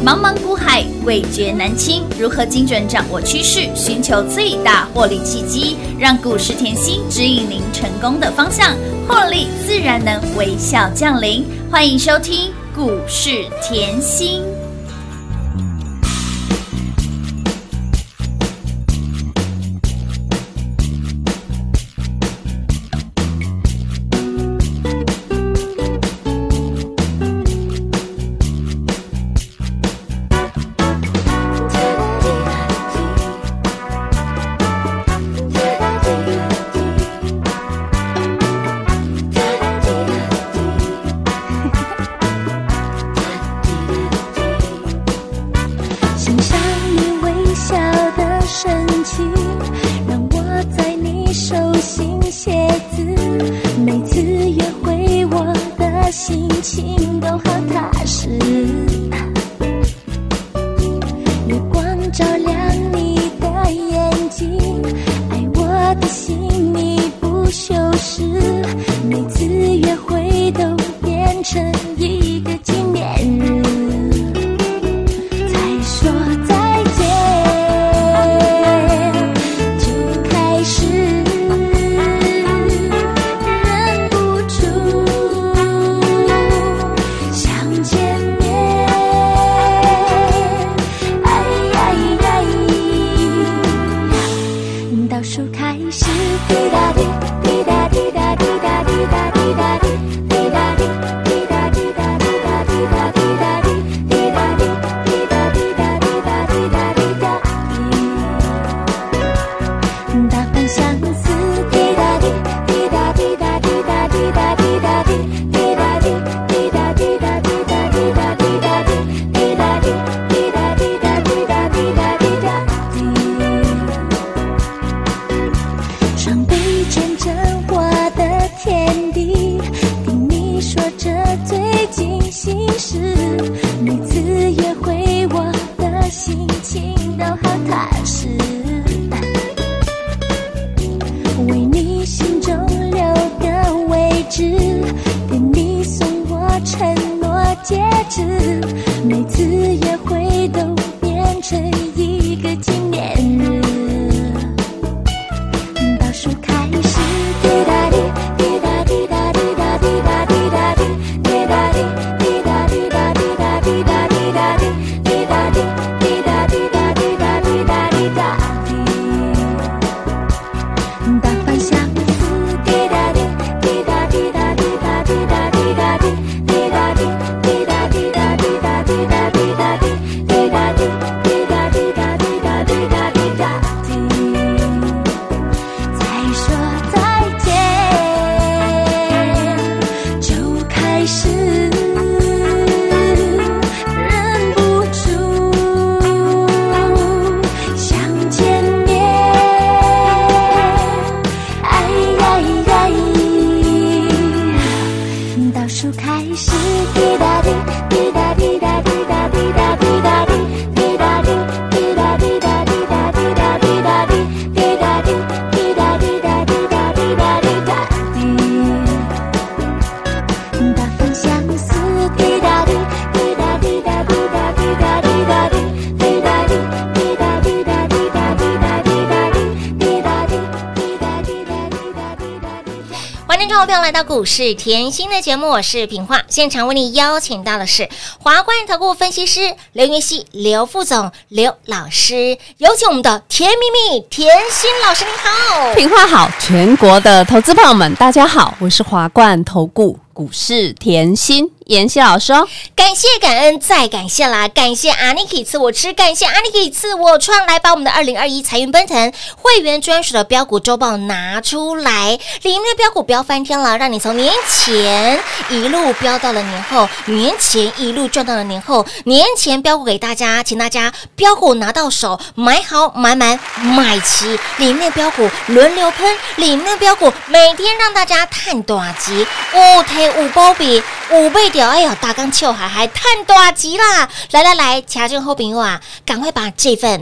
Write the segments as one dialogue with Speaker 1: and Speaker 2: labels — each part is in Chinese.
Speaker 1: 茫茫股海，味觉难清。如何精准掌握趋势，寻求最大获利契机，让股市甜心指引您成功的方向，获利自然能微笑降临。欢迎收听股市甜心。
Speaker 2: 来到股市甜心的节目，我是品化，现场为你邀请到的是华冠投顾分析师刘云熙、刘副总、刘老师，有请我们的甜蜜蜜甜心老师，您好，
Speaker 3: 品化好，全国的投资朋友们，大家好，我是华冠投顾股市甜心妍希老师哦。
Speaker 2: 感谢感恩再感谢啦，感谢阿尼基赐我吃，感谢阿尼基赐我穿，来把我们的2021财运奔腾会员专属的标股周报拿出来，里面的标股飙翻天了，让你从年前一路飙到了年后，年前一路赚到了年后，年前标股给大家，请大家标股拿到手，买好买满买齐，里面的标股轮流喷，里面的标股每天让大家探短集，5贴5包比5倍掉，哎呀，大刚秋还探短集啦！来，掐正后朋友啊，赶快把这份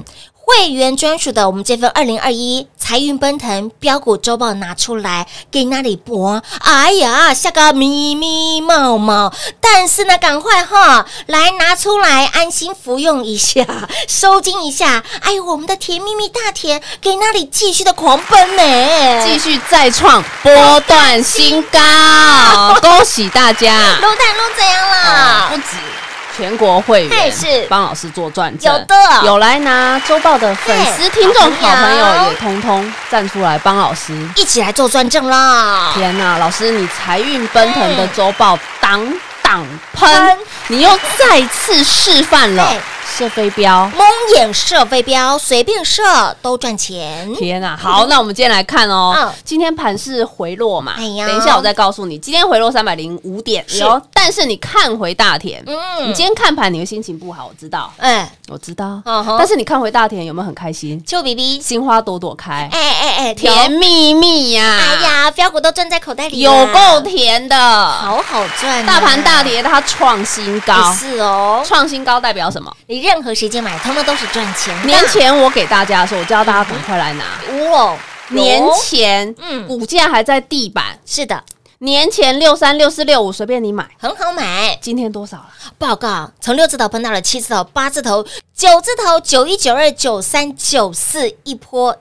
Speaker 2: 会员专属的我们这份2021财运奔腾标股周报拿出来给那里播，哎呀，下个密密毛毛，但是呢，赶快哈来拿出来，安心服用一下，收金一下。哎呦，我们的甜蜜蜜大甜给那里继续的狂奔呢，
Speaker 3: 继续再创波段新高，恭喜大家！
Speaker 2: 撸怎样啦？
Speaker 3: 不止。全国会员
Speaker 2: 是
Speaker 3: 帮老师做转正，
Speaker 2: 有的
Speaker 3: 有来拿周报的粉丝、听众、好朋友也通通站出来帮老师
Speaker 2: 一起来做转正啦！
Speaker 3: 天哪，老师你财运奔腾的周报档喷，你又再次示范了射飞镖，
Speaker 2: 蒙眼射飞镖，随便射都赚钱。
Speaker 3: 天啊！好，那我们今天来看哦，今天盘是回落嘛，等一下我再告诉你，今天回落305点哟。但是你看回大田，你今天看盘，你的心情不好，我知道，我知道。但是你看回大田，有没有很开心？
Speaker 2: 就 BB
Speaker 3: 心花朵朵开，甜蜜蜜呀！
Speaker 2: 哎呀，标股都赚在口袋里，
Speaker 3: 有够甜的，
Speaker 2: 好好赚。
Speaker 3: 大盘大跌，它创新高，
Speaker 2: 是哦，
Speaker 3: 创新高代表什么？
Speaker 2: 你任何时间买，通通都是赚钱的。
Speaker 3: 年前我给大家的时候，我叫大家赶快来拿。年前股价还在地板，
Speaker 2: 是的。
Speaker 3: 年前63、64、65随便你买，
Speaker 2: 很好买。
Speaker 3: 今天多少了？
Speaker 2: 报告，从6字头喷到了7字头、8字头、9字头、91、92、93、94，一波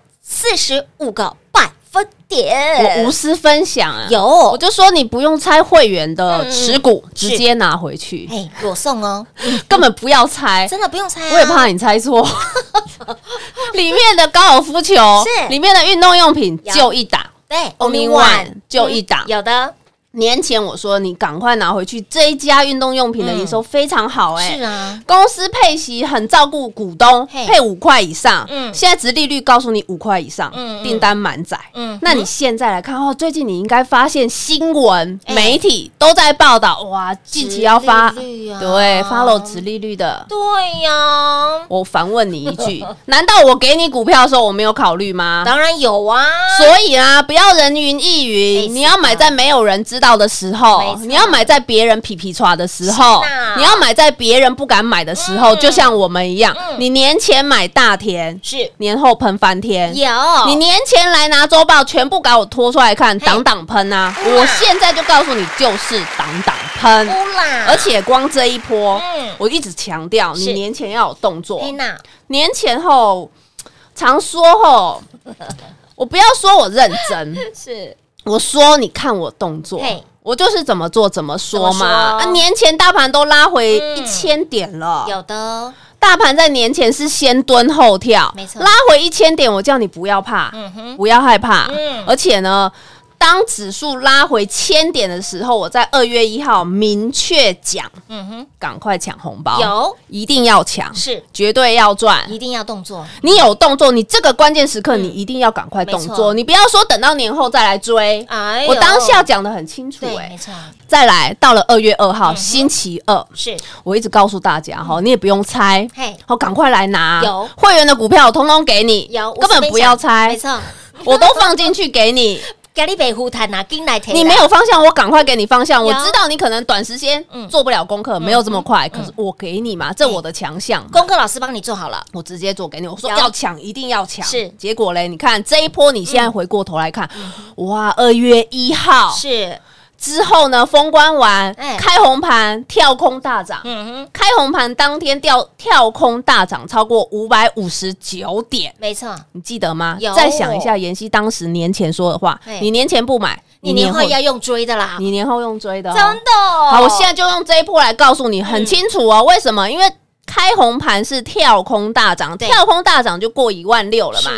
Speaker 2: 45个百分点。
Speaker 3: 我无私分享啊，
Speaker 2: 有，
Speaker 3: 我就说你不用猜会员的持股，直接拿回去。
Speaker 2: 裸送哦，
Speaker 3: 根本不要猜，
Speaker 2: 真的不用猜啊。
Speaker 3: 我也怕你猜错。里面的高尔夫球，是里面的运动用品就一档。
Speaker 2: 对
Speaker 3: ，Only One 就一档，
Speaker 2: 有的。
Speaker 3: 年前我说你赶快拿回去，这一家运动用品的营收非常好
Speaker 2: 是啊，
Speaker 3: 公司配息很照顾股东，配5块以上，现在殖利率告诉你5块以上，订单满载，那你现在来看哦，最近你应该发现新闻媒体都在报道，哇，近期要发对 follow 殖利率的，
Speaker 2: 对呀，
Speaker 3: 我反问你一句，难道我给你股票的时候我没有考虑吗？
Speaker 2: 当然有啊，
Speaker 3: 所以啊，不要人云亦云，你要买在没有人知道的时候，你要买在别人皮皮唰的时候，你要买在别人不敢买的时候，就像我们一样，你年前买大田，是年后喷翻天，
Speaker 2: 有
Speaker 3: 你年前来拿周报，全部给我拖出来看，档档喷啊！我现在就告诉你，就是档档喷，而且光这一波，我一直强调，你年前要有动作，年前后常说后，我不要说我认真，是。我说，你看我动作，我就是怎么做怎么说嘛。年前大盘都拉回1000点了，
Speaker 2: 有的
Speaker 3: 大盘在年前是先蹲后跳，没错，拉回1000点，我叫你不要怕，不要害怕，而且呢。当指数拉回1000点的时候，我在2月1号明确讲，赶快抢红包，有一定要抢，是绝对要赚，
Speaker 2: 一定要动作。
Speaker 3: 你有动作，你这个关键时刻你一定要赶快动作，你不要说等到年后再来追。我当下讲得很清楚，
Speaker 2: 没错。
Speaker 3: 再来到了2月2号星期二，是我一直告诉大家哈，你也不用猜，好，赶快来拿，有会员的股票我通通给你，有根本不要猜，没错，我都放进去给你。你没有方向，我赶快给你方向。我知道你可能短时间做不了功课，没有这么快，可是我给你嘛，这我的强项。
Speaker 2: 功课老师帮你做好了，
Speaker 3: 我直接做给你。我说要抢，一定要抢。是，结果嘞，你看这一波，你现在回过头来看，哇，2月1号是。之后呢，封关完，开红盘跳空大涨，开红盘当天跳空大涨超过559点，
Speaker 2: 没错，
Speaker 3: 你记得吗？再想一下妍希当时年前说的话，你年前不买，
Speaker 2: 你年后要用追的啦，
Speaker 3: 你年后用追的，
Speaker 2: 真的。
Speaker 3: 好，我现在就用这一波来告诉你，很清楚哦，为什么？因为。开红盘是跳空大涨，跳空大涨就过16000了嘛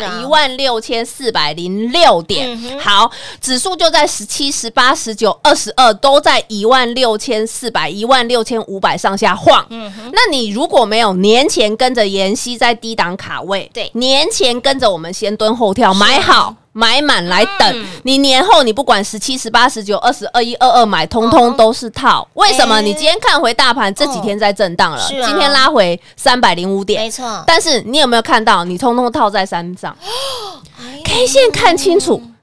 Speaker 3: ，16406点。好，指数就在17、18、19、22都在16400、16500上下晃。那你如果没有年前跟着妍希在低档卡位，对，年前跟着我们先蹲后跳买好。买满来等，你年后你不管17、18、19、20、21、22买，通通都是套。为什么？你今天看回大盘这几天在震荡了，今天拉回305点，没错。但是你有没有看到，你通通套在山上？K 线看清楚，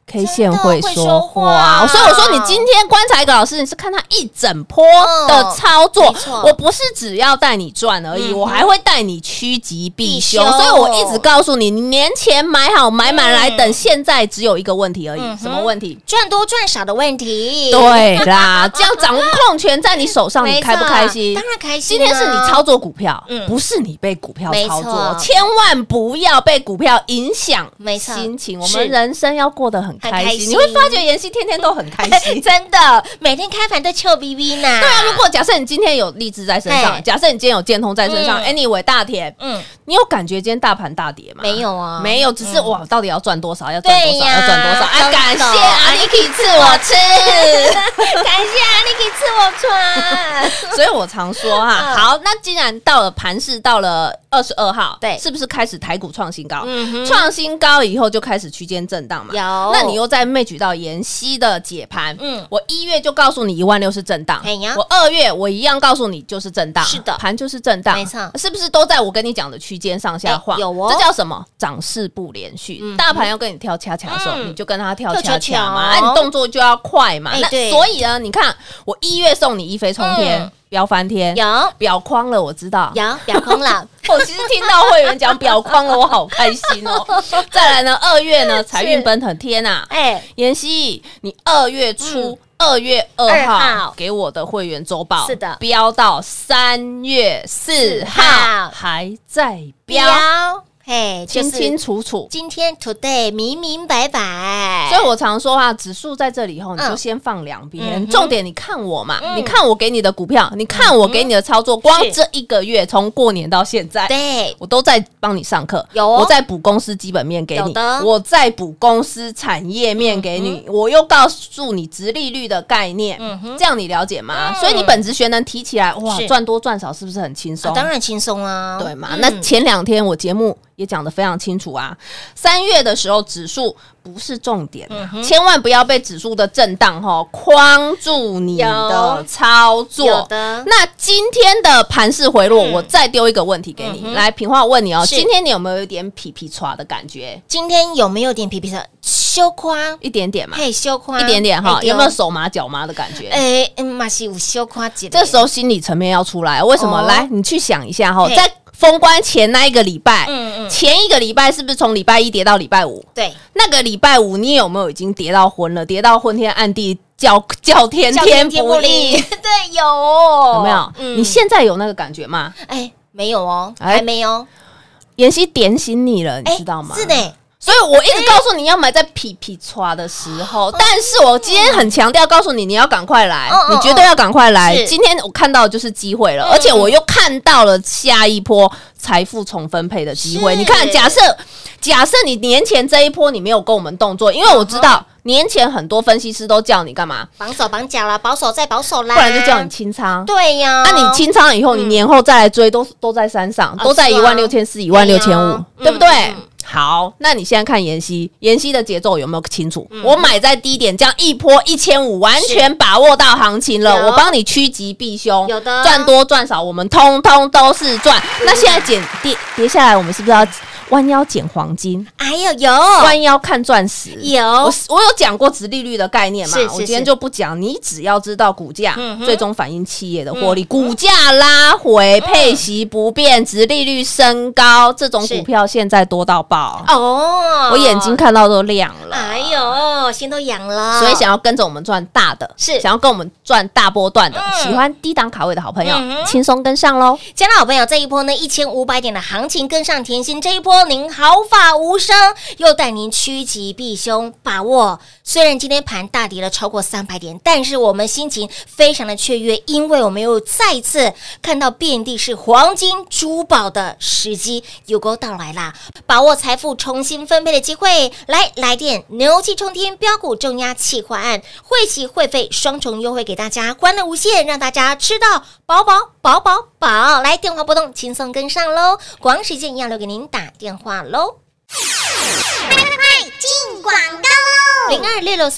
Speaker 3: K 线会说话，所以我说你今天观察一个老师，你是看他一整波的操作，我不是只要带你赚而已，我还会带你趋吉避凶，所以我一直告诉你，你年前买好买满来等，现在只有一个问题而已，什么问题？
Speaker 2: 赚多赚少的问题。
Speaker 3: 对啦，这样掌控权在你手上，你开不开心？
Speaker 2: 当然开心。
Speaker 3: 今天是你操作股票，不是你被股票操作，千万不要被股票影响心情。我们人生要过得很开心，你会发觉妍希天天都很开心，
Speaker 2: 真的，每天开盘都臭逼逼呢。
Speaker 3: 对啊，如果假设你今天有励志在身上，假设你今天有建通在身上，anyway 大田，你有感觉今天大盘大跌吗？
Speaker 2: 没有啊，
Speaker 3: 没有，只是哇，到底要赚多少？要赚多少？要赚多少？哎，感谢阿尼可以赐我吃，
Speaker 2: 感谢阿尼可以赐我穿。
Speaker 3: 所以我常说哈，好，那既然到了盘市到了22号，对，是不是开始台股创新高？创新高以后就开始区间震荡嘛。
Speaker 2: 有，
Speaker 3: 那你又在match到妍希的解盘，我1月就告诉你16000是震荡，我2月我一样告诉你就是震荡，
Speaker 2: 是的，
Speaker 3: 盘就是震荡，
Speaker 2: 没错，
Speaker 3: 是不是都在我跟你讲的区间上下晃？
Speaker 2: 有哦，
Speaker 3: 这叫什么？涨势不连续。大盘要跟你跳恰恰的时候，你就跟他跳恰恰嘛，你动作就要快嘛。那所以呢，你看我1月送你一飞冲天。飙翻天，
Speaker 2: 有
Speaker 3: 表框了，我知道
Speaker 2: 有表框了。
Speaker 3: 我其实听到会员讲表框了，我好开心哦。再来呢，2月呢，财运奔腾，天啊！妍希，你2月初2月2号给我的会员周报，
Speaker 2: 是的，
Speaker 3: 飙到3月4号还在飙。清清楚楚，
Speaker 2: 今天 today 明明白白，
Speaker 3: 所以我常说啊，指数在这里以后，你就先放两边，重点你看我嘛，你看我给你的股票，你看我给你的操作，光这1个月从过年到现在，
Speaker 2: 对
Speaker 3: 我都在帮你上课，
Speaker 2: 有
Speaker 3: 我在补公司基本面给你，我在补公司产业面给你，我又告诉你殖利率的概念，这样你了解吗？所以你本职学能提起来，哇，赚多赚少是不是很轻松？
Speaker 2: 当然轻松啊，
Speaker 3: 对嘛？那前2天我节目也讲得非常清楚啊，3月的时候指数不是重点，千万不要被指数的震荡框住你的操作。
Speaker 2: 有的。
Speaker 3: 那今天的盘势回落，我再丢一个问题给你，来，平话问你哦，今天你有没有一点皮皮唰的感觉？
Speaker 2: 今天有没有点皮皮唰？羞夸
Speaker 3: 一点点嘛，
Speaker 2: 嘿，羞夸
Speaker 3: 一点点哈，有没有手麻脚麻的感觉？
Speaker 2: 嘛是有羞夸节。
Speaker 3: 这时候心理层面要出来，为什么？来，你去想一下哈，在封关前那一个礼拜，前一个礼拜是不是从礼拜1跌到礼拜5？
Speaker 2: 对，
Speaker 3: 那个礼拜5你有没有已经跌到昏了？跌到昏天暗地，叫天天不应？
Speaker 2: 对，
Speaker 3: 有没有？你现在有那个感觉吗？
Speaker 2: 没有哦，还没有。
Speaker 3: 妍希点醒你了，你知道吗？
Speaker 2: 是的。
Speaker 3: 所以我一直告诉你要买在皮皮唰的时候，但是我今天很强调告诉你，你要赶快来，你绝对要赶快来。今天我看到的就是机会了，而且我又看到了下一波财富重分配的机会。你看，假设你年前这一波你没有跟我们动作，因为我知道年前很多分析师都叫你干嘛？
Speaker 2: 绑手绑脚啦，保守再保守啦，
Speaker 3: 不然就叫你清仓。
Speaker 2: 对呀，
Speaker 3: 那你清仓以后，你年后再来追，都在山上，都在16400、16500，对不对？好，那你现在看妍希的节奏有没有清楚？我买在低点，这样一波1500，完全把握到行情了。我帮你趋吉避凶，
Speaker 2: 有的
Speaker 3: 赚多赚少，我们通通都是赚。那现在跌下来，我们是不是要弯腰捡黄金？
Speaker 2: 有
Speaker 3: 弯腰看钻石。我有讲过殖利率的概念嘛？我今天就不讲，你只要知道股价最终反映企业的获利，股价拉回，配息不变，殖利率升高，这种股票现在多到爆。我眼睛看到都亮了，
Speaker 2: 心都痒了。
Speaker 3: 所以想要跟着我们赚大的，
Speaker 2: 是
Speaker 3: 想要跟我们赚大波段的，喜欢低档卡位的好朋友，轻松跟上喽。
Speaker 2: 亲爱的好朋友，这一波呢1500点的行情跟上甜心，这一波您毫发无伤，又带您趋吉避凶，把握。虽然今天盘大跌了超过300点，但是我们心情非常的雀跃，因为我们又再次看到遍地是黄金珠宝的时机有够到来啦！把握财富重新分配的机会，来电牛气冲天标股重压企划案，会期会费双重优惠给大家，欢乐无限，让大家吃到饱饱饱饱饱！来电话拨动，轻松跟上喽！广时间一样留给您打电话喽。快进广告喽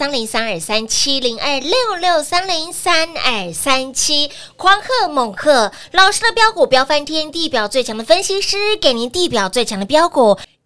Speaker 2: ！0266303237，0266303237，狂贺猛贺！老师的标股飙翻天，地表最强的分析师给您地表最强的标股，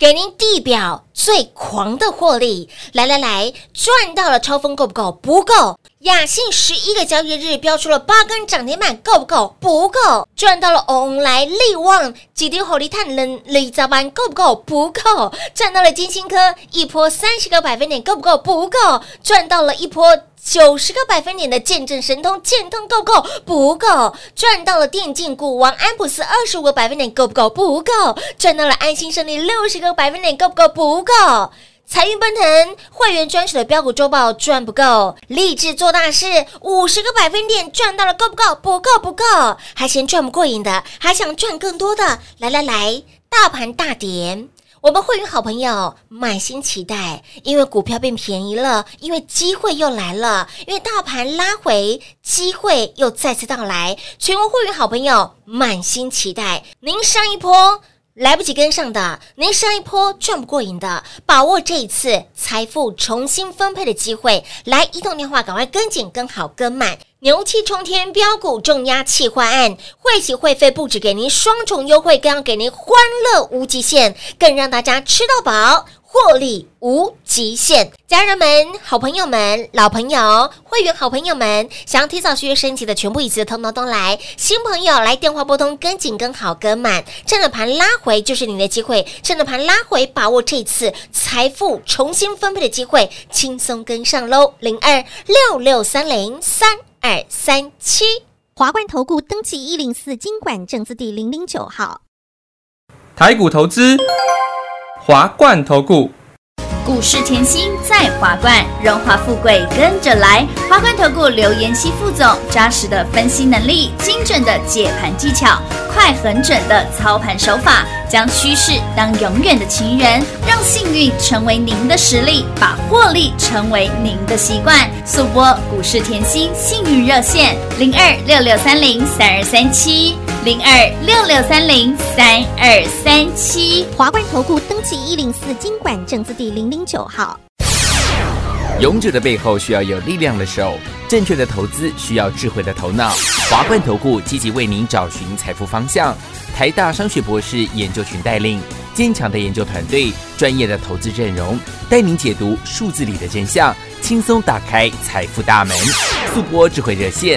Speaker 2: 给您地表最狂的获利。来，赚到了超丰够不够？不够。雅信11个交易日标出了8根涨停板，够不够？不够。赚到了欧来力旺几滴火力探人累早班，够不够？不够。赚到了金星科一波30个百分点，够不够？不够。赚到了一波90个百分点的见证神通，建通够不够？不够。赚到了电竞股王安普斯25个百分点，够不够？不够。赚到了安心胜利60个百分点，够不够？不够。财运奔腾会员专属的标股周报赚不够，立志做大事50个百分点赚到了，够不够？不够，不够。还嫌赚不过瘾的，还想赚更多的，来，大盘大跌，我们会员好朋友满心期待，因为股票变便宜了，因为机会又来了，因为大盘拉回，机会又再次到来，全国会员好朋友满心期待。您上一波来不及跟上的，您上一波赚不过瘾的，把握这一次财富重新分配的机会，来一通电话，赶快跟紧、跟好、跟满。牛气冲天标股重压企划案，会期会费不止给您双重优惠，更要给您欢乐无极限，更让大家吃到饱，获利无极限。家人们、好朋友们、老朋友、会员好朋友们，想要提早续约升级的，全部一次通通都来。新朋友来电话拨通，跟紧、跟好、跟满。趁着盘拉回就是你的机会，趁着盘拉回，把握这次财富重新分配的机会，轻松跟上喽。0266303237。
Speaker 4: 华冠投顾登记104金管证字第009号。
Speaker 5: 台股投资，华冠投顾。
Speaker 1: 股市甜心在华冠，荣华富贵跟着来。华冠投顾刘妍希副总，扎实的分析能力，精准的解盘技巧，快狠准的操盘手法，将趋势当永远的情人，让幸运成为您的实力，把获利成为您的习惯。速播股市甜心幸运热线0266303237，0266303237。
Speaker 4: 华冠投顾登记104金管证字第009号。
Speaker 6: 勇者的背后需要有力量的手，正确的投资需要智慧的头脑。华冠投顾积极为您找寻财富方向，台大商学博士研究群带领，坚强的研究团队，专业的投资阵容，带您解读数字里的真相，轻松打开财富大门。速播智慧热线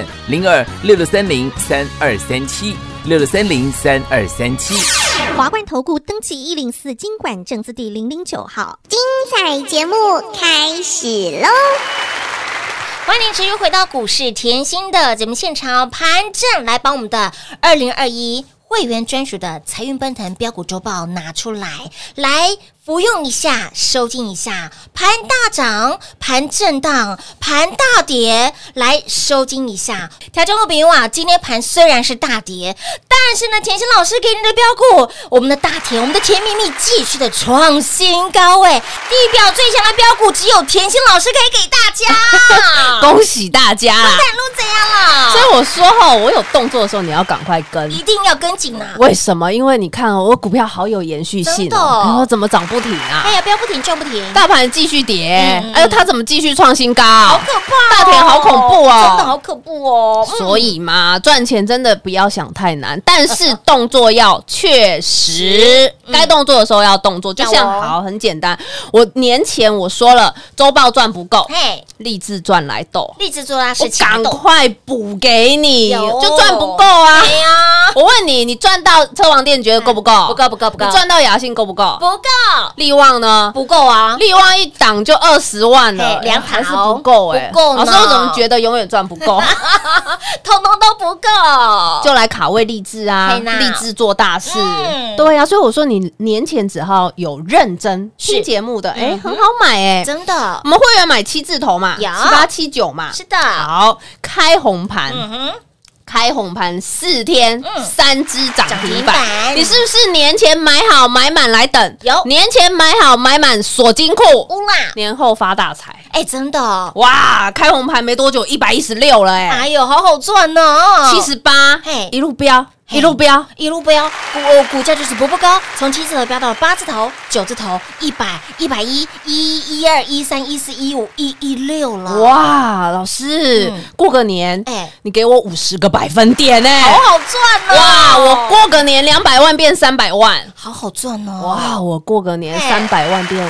Speaker 6: 0266303237，66303237。
Speaker 4: 华冠投顾登记104金管证字第009号。
Speaker 7: 精彩节目开始喽！
Speaker 2: 欢迎持续回到股市甜心的节目现场，盘正来帮我们的2021会员专属的财运奔腾标股周报拿出来，来服用一下，收进一下。盘大涨，盘震荡，盘大跌，来收进一下。调整后朋友啊，今天盘虽然是大跌，但是呢，甜心老师给你的标股，我们的大甜，我们的甜蜜蜜继续的创新高位，地表最强的标股只有甜心老师可以给大家。
Speaker 3: 恭喜大家啦！
Speaker 2: 看路怎样了？
Speaker 3: 所以我说我有动作的时候你要赶快跟，
Speaker 2: 一定要跟紧啊！
Speaker 3: 为什么？因为你看我股票好有延续性然后怎么涨不停啊？
Speaker 2: 哎呀，不要不停，赚不停，
Speaker 3: 大盘继续跌，它怎么继续创新高？
Speaker 2: 好可怕！
Speaker 3: 大田好恐怖哦，
Speaker 2: 真的好恐怖哦。
Speaker 3: 所以嘛，赚钱真的不要想太难，但是动作要确实，该动作的时候要动作。就像好很简单，我年前我说了，周报赚不够，励志赚来斗，
Speaker 2: 励志做大事，
Speaker 3: 我赶快补给你，就赚不够啊！
Speaker 2: 哎呀，
Speaker 3: 我问你，你赚到车王店觉得够不够？
Speaker 2: 不够，不够，不够。
Speaker 3: 你赚到雅信够不够？
Speaker 2: 不够。
Speaker 3: 力旺呢？
Speaker 2: 不够啊！
Speaker 3: 力旺一档就20万了，
Speaker 2: 两
Speaker 3: 还是不够哎，
Speaker 2: 不够呢。
Speaker 3: 老师，我怎么觉得永远赚不够？
Speaker 2: 通通都不够，
Speaker 3: 就来卡位励志啊！励志做大事，对啊，所以我说你年前只要有认真听节目的，很好买
Speaker 2: 真的。
Speaker 3: 我们会员买7字头嘛，7879嘛，
Speaker 2: 是的。
Speaker 3: 好，开红盘。开红盘4天，3只涨停板，你是不是年前买好买满来等？
Speaker 2: 有
Speaker 3: 年前买好买满锁金库，年后发大财。
Speaker 2: 真的
Speaker 3: 哇！开红盘没多久，116了
Speaker 2: 哎呦，好好赚哦
Speaker 3: ，78，一路飙一路飙，
Speaker 2: 一路飙，股价就是步步高，从7字头飙到了8字头、9字头、100、110、112、113、114、115、116了。
Speaker 3: 哇，老师，过个年，你给我50个百分点
Speaker 2: 好好赚哦！
Speaker 3: 哇，我过个年200万变300万，
Speaker 2: 好好赚哦！
Speaker 3: 哇，我过个年300万变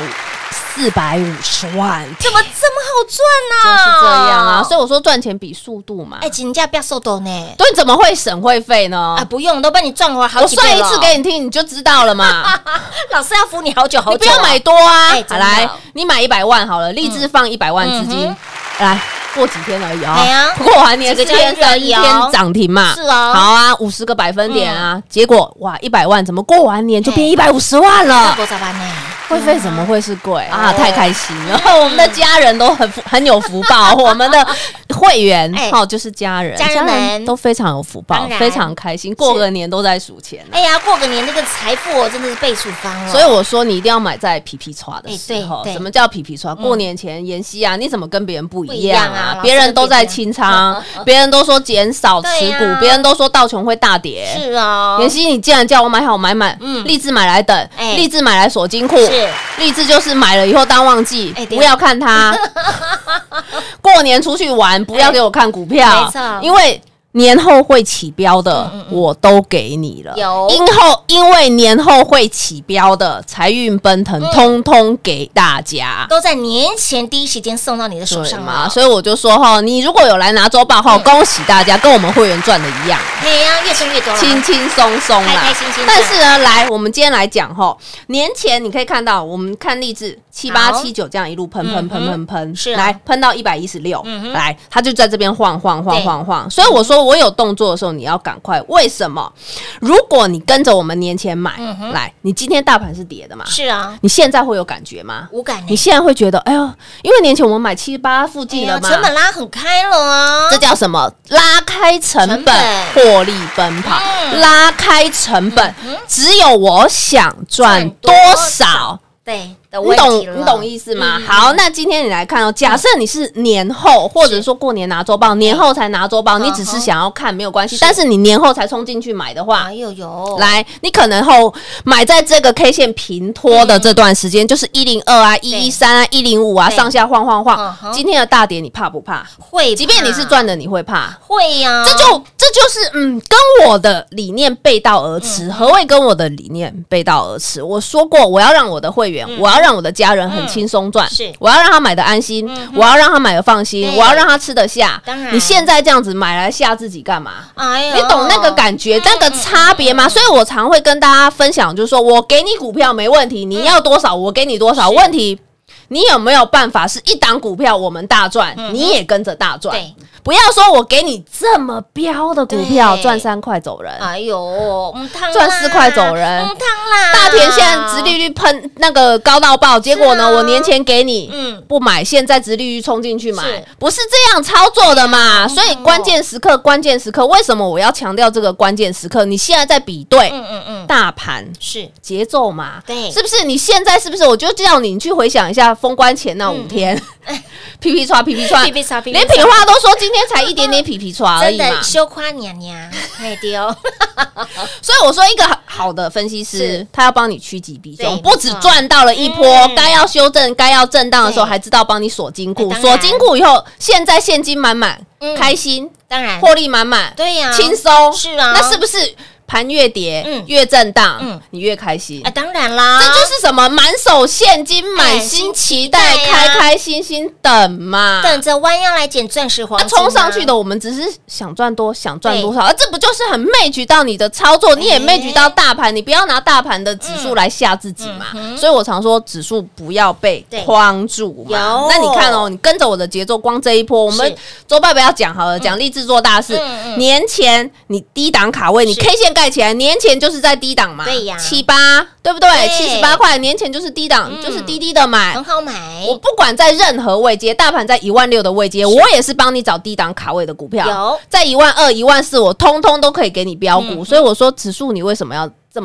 Speaker 3: 450万，
Speaker 2: 怎么这么好赚呢？
Speaker 3: 就是这样啊，所以我说赚钱比速度嘛。
Speaker 2: 金价不要收多呢。
Speaker 3: 对，怎么会省会费呢？
Speaker 2: 不用，都帮你赚回好几倍了。
Speaker 3: 我算一次给你听，你就知道了嘛。
Speaker 2: 老师要扶你好久好久，
Speaker 3: 你不要买多啊。
Speaker 2: 好
Speaker 3: 来，你买100万好了，立志放100万资金，来。过几天而已啊，过完年4天3天涨停嘛，
Speaker 2: 是啊，
Speaker 3: 好啊，50个百分点啊，结果哇100万怎么过完年就变150万了？会费怎么会是贵啊？太开心了！我们的家人都很有福报，我们的会员就是家人都非常有福报，非常开心，过个年都在数钱。
Speaker 2: 哎呀，过个年那个财富真的是倍数翻了。
Speaker 3: 所以我说你一定要买在皮皮刷的时候。什么叫皮皮刷？过年前妍希啊，你怎么跟别人不一样啊？别人都在清仓，别人都说减少持股，别人都说道琼会大跌。
Speaker 2: 是啊，
Speaker 3: 妍希，你既然叫我买好买满，立志买来等，立志买来锁金库，立志就是买了以后当忘记，不要看它。过年出去玩，不要给我看股票，没错，因为。年后会起标的，我都给你了。因为年后会起标的财运奔腾，通通给大家，
Speaker 2: 都在年前第一时间送到你的手上嘛。
Speaker 3: 所以我就说你如果有来拿周报恭喜大家，跟我们会员赚的一样。
Speaker 2: 对呀，越赚越多，
Speaker 3: 轻轻松松啦，
Speaker 2: 开开心心。
Speaker 3: 但是呢，来，我们今天来讲年前你可以看到，我们看励志7879这样一路喷，是来喷到116，来，它就在这边晃，所以我说。我有动作的时候，你要赶快。为什么？如果你跟着我们年前买，来，你今天大盘是跌的嘛？
Speaker 2: 是啊。
Speaker 3: 你现在会有感觉吗？
Speaker 2: 无感。
Speaker 3: 你现在会觉得，哎呦，因为年前我们买78附近了嘛，
Speaker 2: 成本拉很开了啊。
Speaker 3: 这叫什么？拉开成本，获利奔跑。拉开成本，只有我想赚多少。
Speaker 2: 对，
Speaker 3: 你懂意思吗？好，那今天你来看假设你是年后，或者说过年拿周报，年后才拿周报，你只是想要看没有关系，但是你年后才冲进去买的话，来，你可能买在这个 K 线平拖的这段时间，就是102啊、113啊、105啊，上下晃。今天的大跌你怕不怕？
Speaker 2: 会，
Speaker 3: 即便你是赚的，你会怕？
Speaker 2: 会呀。
Speaker 3: 这就是跟我的理念背道而驰。何谓跟我的理念背道而驰？我说过，我要让我的会员，我要让我的家人很轻松赚，我要让他买的安心，我要让他买的放心，我要让他吃得下。当然，你现在这样子买来吓自己干嘛？你懂那个感觉，那个差别吗？所以我常会跟大家分享，就是说我给你股票没问题，你要多少我给你多少，问题你有没有办法是一档股票我们大赚，你也跟着大赚？不要说我给你这么标的股票赚3块走人，
Speaker 2: 哎呦，
Speaker 3: 赚4块走人，大田现在殖利率喷那个高到爆，结果呢，我年前给你不买，现在殖利率冲进去买，不是这样操作的嘛？所以关键时刻，为什么我要强调这个关键时刻？你现在在比对大盘
Speaker 2: 是节
Speaker 3: 奏嘛？对，是不是？你现在是不是？我就叫你去回想一下封关前那5天。皮皮刷，连品花都说今天才一点点皮皮刷而已嘛，
Speaker 2: 真的羞夸娘娘，太丢。
Speaker 3: 所以我说，一个好的分析师，他要帮你趋吉避凶，不止赚到了一波，该要修正、该要震荡的时候，还知道帮你锁金库。锁金库以后，现在现金满满，开心，
Speaker 2: 当然
Speaker 3: 获利满满，
Speaker 2: 对呀，
Speaker 3: 轻松，
Speaker 2: 是啊，
Speaker 3: 那是不是？盘越跌，越震荡，你越开心。
Speaker 2: 当然啦，
Speaker 3: 这就是什么满手现金，满心期待，开心等嘛，
Speaker 2: 等着弯腰来捡钻石黄金。
Speaker 3: 冲上去的，我们只是想赚多少，这不就是很match到你的操作？你也match到大盘，你不要拿大盘的指数来吓自己嘛。所以我常说，指数不要被框住嘛。那你看你跟着我的节奏，光这一波，我们周报不要讲好了，讲励志做大事。年前你低档卡位，你 K 线盖起来，年前就是在低档嘛，对呀，78，对不对？78块，年前就是低档，就是低的买，
Speaker 2: 很好买。
Speaker 3: 我不管在任何位阶，大盘在16000的位阶，我也是帮你找低档卡位的股票。有在12000、14000，我通通都可以给你标股。所以我说，指数你为什么要这么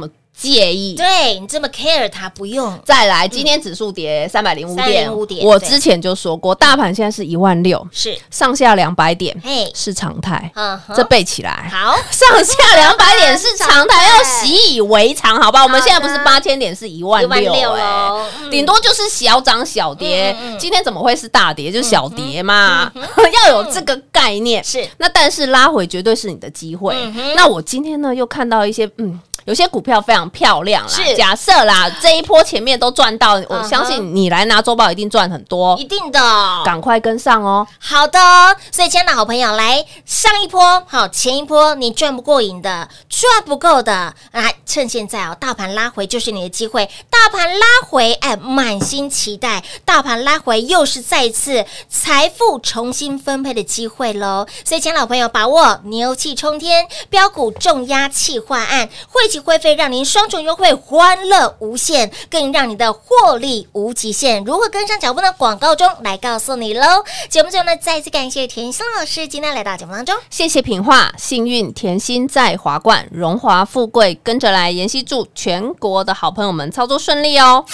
Speaker 3: 介意。
Speaker 2: 对你这么 care 它不用。
Speaker 3: 再来，今天指数跌305点，
Speaker 2: 305点
Speaker 3: 我之前就说过，大盘现在是16000，
Speaker 2: 是
Speaker 3: 上下200点
Speaker 2: 嘿
Speaker 3: 是常态，
Speaker 2: 嗯哼
Speaker 3: 这背起来。
Speaker 2: 好，
Speaker 3: 上下200点是常态，要习以为常，好吧？我们现在不是8000点，是16000
Speaker 2: 咯
Speaker 3: 顶多就是小涨小跌。今天怎么会是大跌？就是小跌嘛，要有这个概念。
Speaker 2: 是，
Speaker 3: 那但是拉回绝对是你的机会。那我今天呢又看到一些有些股票非常漂亮啦，
Speaker 2: 是
Speaker 3: 假设啦，这一波前面都赚到，我相信你来拿周报一定赚很多，
Speaker 2: 一定的，
Speaker 3: 赶快跟上哦。
Speaker 2: 好的，所以亲爱的好朋友，来上一波好，前一波你赚不过瘾的，赚不够的，来趁现在哦，大盘拉回就是你的机会，大盘拉回，哎，满心期待，大盘拉回又是再一次财富重新分配的机会喽。所以亲爱的好朋友，把握牛气冲天，标股重压企划案，会期会费让您双重优惠，欢乐无限，更让你的获利无极限。如何跟上脚步呢？广告中来告诉你喽。节目最后呢，再次感谢甜心老师今天来到节目当中，
Speaker 3: 谢谢品画，幸运甜心在华冠，荣华富贵跟着来。妍希祝全国的好朋友们操作顺利哦。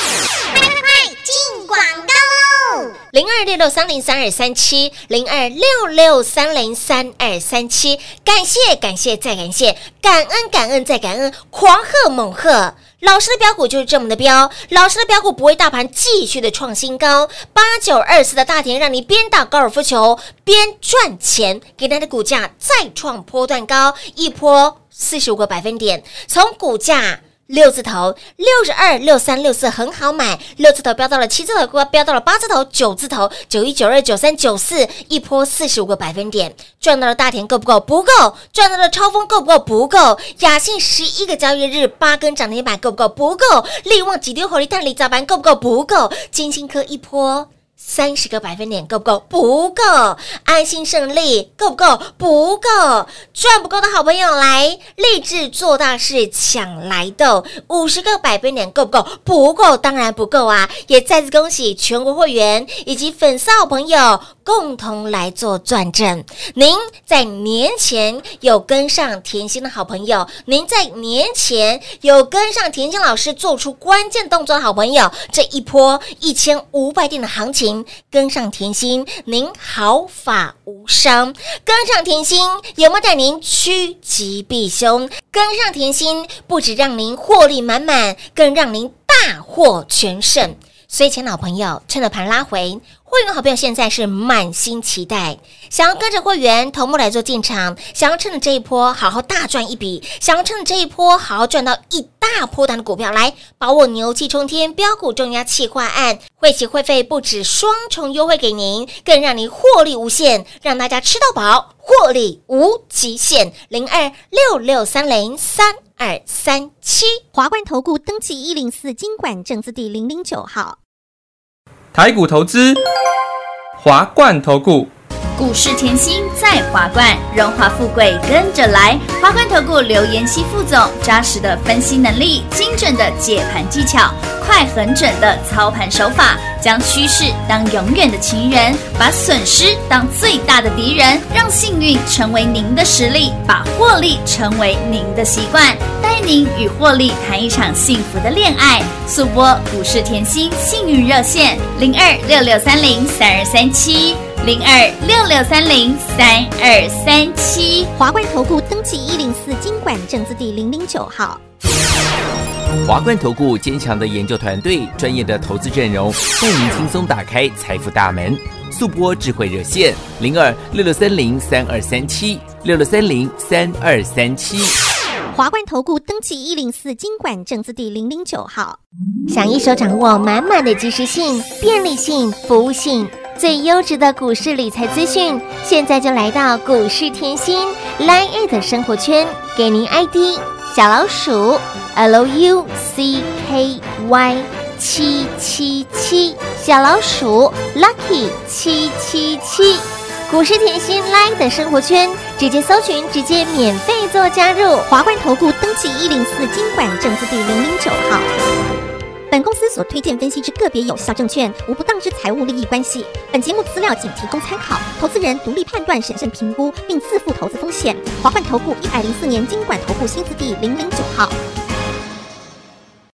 Speaker 7: 进广告喽
Speaker 2: 0266303237 0266303237，感谢感谢再感谢，感恩感恩再感恩，狂贺猛贺！老师的标股就是这么的标，老师的标股不会大盘继续的创新高，8924的大田让你边打高尔夫球边赚钱，给它的股价再创波段高，一波45个百分点，从股价6字头62、63、64很好买，6字头飙到了7字头，飙到了8字头、9字头91、92、93、94，一波45个百分点，赚到了大田够不够？不够。赚到了超丰够不够？不够。雅信11个交易日8根涨停板够不够？不够。力旺几丢火力碳锂早盘够不够？不够。金星科一波30个百分点够不够？不够。安心胜利够不够？不够。赚不够的好朋友来，立志做大事抢来斗50个百分点够不够？不够，当然不够啊！也再次恭喜全国会员以及粉丝好朋友共同来做转正。您在年前有跟上甜心的好朋友，您在年前有跟上甜心老师做出关键动作的好朋友，这一波1500点的行情跟上甜心，您毫发无伤。跟上甜心有没有带您趋吉避凶？跟上甜心不只让您获利满满，更让您大获全胜。所以，亲爱的好朋友，趁着盘拉回，会员好朋友现在是满心期待，想要跟着会员同步来做进场，想要趁着这一波好好大赚一笔，想要趁着这一波好好赚到一大波段的股票，来把握牛气冲天标股重压企划案，会期会费不止双重优惠给您，更让您获利无限，让大家吃到饱，获利无极限。0266303237，
Speaker 4: 华冠投顾登记104金管证字第009号。
Speaker 5: 台股投资，华冠投顾。
Speaker 1: 股市甜心在华冠，荣华富贵跟着来。华冠投顾刘妍希副总，扎实的分析能力，精准的解盘技巧，快很准的操盘手法，将趋势当永远的情人，把损失当最大的敌人，让幸运成为您的实力，把获利成为您的习惯，带您与获利谈一场幸福的恋爱。速播股市甜心幸运热线0266303237。0266303237。
Speaker 4: 华冠投顾登记104金管证字第009号。
Speaker 6: 华冠投顾坚强的研究团队，专业的投资阵容，带您轻松打开财富大门。速播智慧热线0266303237，66303237。
Speaker 4: 华冠投顾登记104金管证字第009号。
Speaker 2: 想一手掌握满满的及时性、便利性、服务性，最优质的股市理财资讯，现在就来到股市甜心 LINE@ 的生活圈，给您 ID 小老鼠 LUCKY777，小老鼠 Lucky 777。股市甜心 LINE 的生活圈，直接搜寻，直接免费做加入。
Speaker 4: 华冠投顾登记104金管证字第009号。本公司所推荐分析之个别有效证券，无不当之财务利益关系。本节目资料仅提供参考，投资人独立判断、审慎评估，并自负投资风险。华冠投顾104年金管投顾新字第009号。